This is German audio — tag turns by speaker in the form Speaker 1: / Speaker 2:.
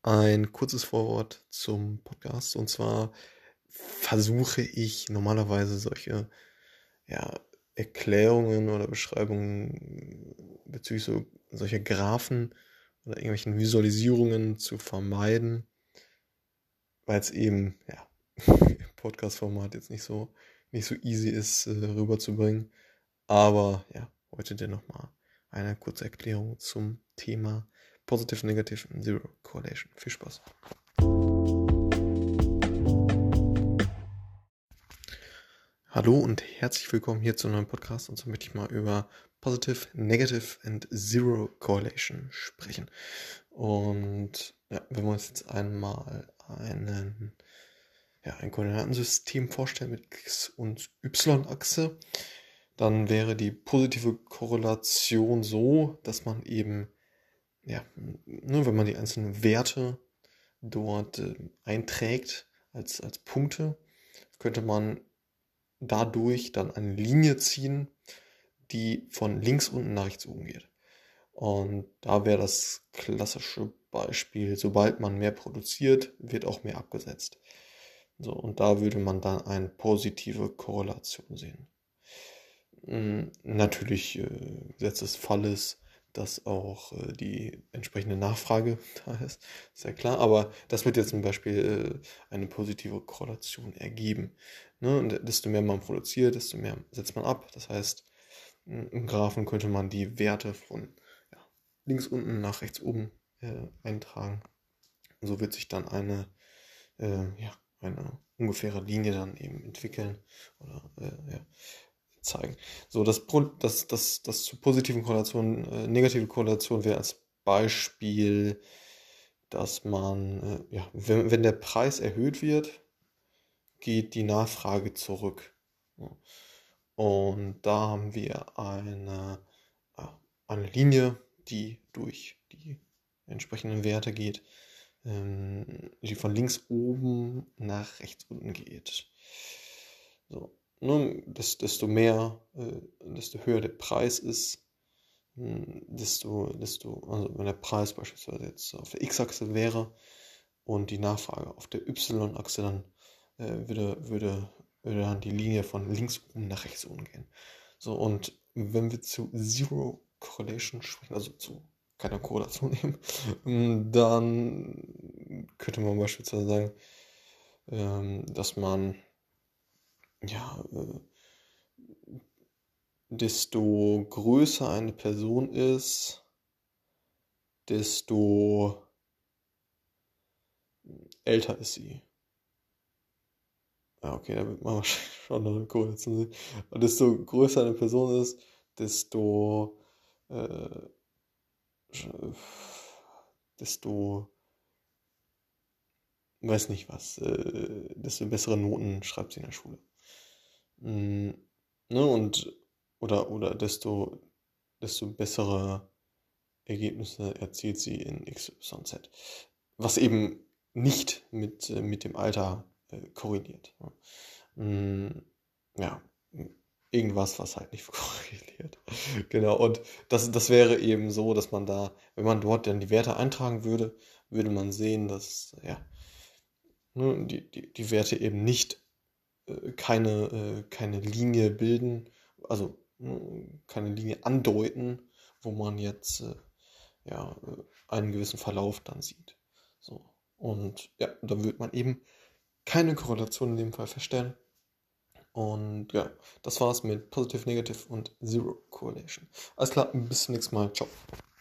Speaker 1: ein kurzes Vorwort zum Podcast. Und zwar versuche ich normalerweise solche ja, Erklärungen oder Beschreibungen bezüglich solcher Graphen oder irgendwelchen Visualisierungen zu vermeiden, weil es eben im Podcast-Format jetzt nicht so easy ist, rüberzubringen. Aber ja, heute dennoch mal eine kurze Erklärung zum Thema Positive, Negative und Zero Correlation. Viel Spaß. Hallo und herzlich willkommen hier zu einem neuen Podcast. Und so möchte ich mal über Positive, Negative und Zero Correlation sprechen. Und ja, wenn wir uns jetzt einmal ein Koordinatensystem vorstellen mit X- und Y-Achse, dann wäre die positive Korrelation so, dass man eben, wenn man die einzelnen Werte dort einträgt als Punkte, könnte man dadurch dann eine Linie ziehen, die von links unten nach rechts oben geht. Und da wäre das klassische Beispiel, sobald man mehr produziert, wird auch mehr abgesetzt. So, und da würde man dann eine positive Korrelation sehen. Natürlich Gesetz des Falles, dass auch die entsprechende Nachfrage da ist ja klar, aber das wird jetzt zum Beispiel eine positive Korrelation ergeben. Ne? Und desto mehr man produziert, desto mehr setzt man ab. Das heißt, im Graphen könnte man die Werte von links unten nach rechts oben eintragen. Und so wird sich dann eine ungefähre Linie dann eben entwickeln oder zeigen. So, das zu positiven Korrelationen, negative Korrelation wäre als Beispiel, dass man, wenn der Preis erhöht wird, geht die Nachfrage zurück. Ja. Und da haben wir eine Linie, die durch die entsprechenden Werte geht, die von links oben nach rechts unten geht. So, ne, desto höher der Preis ist, also wenn der Preis beispielsweise jetzt auf der X-Achse wäre und die Nachfrage auf der Y-Achse, dann würde dann die Linie von links oben nach rechts oben gehen. So, und wenn wir zu Zero Correlation sprechen, also zu keiner Korrelation nehmen, dann könnte man beispielsweise sagen, dass man desto größer eine Person ist, desto älter ist sie. Ja, okay, da wird man wahrscheinlich schon eine Korrelation sehen. Und desto größer eine Person ist, desto äh, desto weiß nicht was, desto bessere Noten schreibt sie in der Schule. Ne, und oder desto bessere Ergebnisse erzielt sie in XYZ. Was eben nicht mit dem Alter korreliert. Ja, irgendwas, was halt nicht korreliert. Genau, und das wäre eben so, dass man da, wenn man dort dann die Werte eintragen würde, würde man sehen, dass die Werte eben nicht keine Linie bilden, also keine Linie andeuten, wo man jetzt einen gewissen Verlauf dann sieht. So. Und ja, dann wird man eben keine Korrelation in dem Fall feststellen. Und ja, das war's mit Positive, Negative und Zero Correlation. Alles klar, bis zum nächsten Mal. Ciao.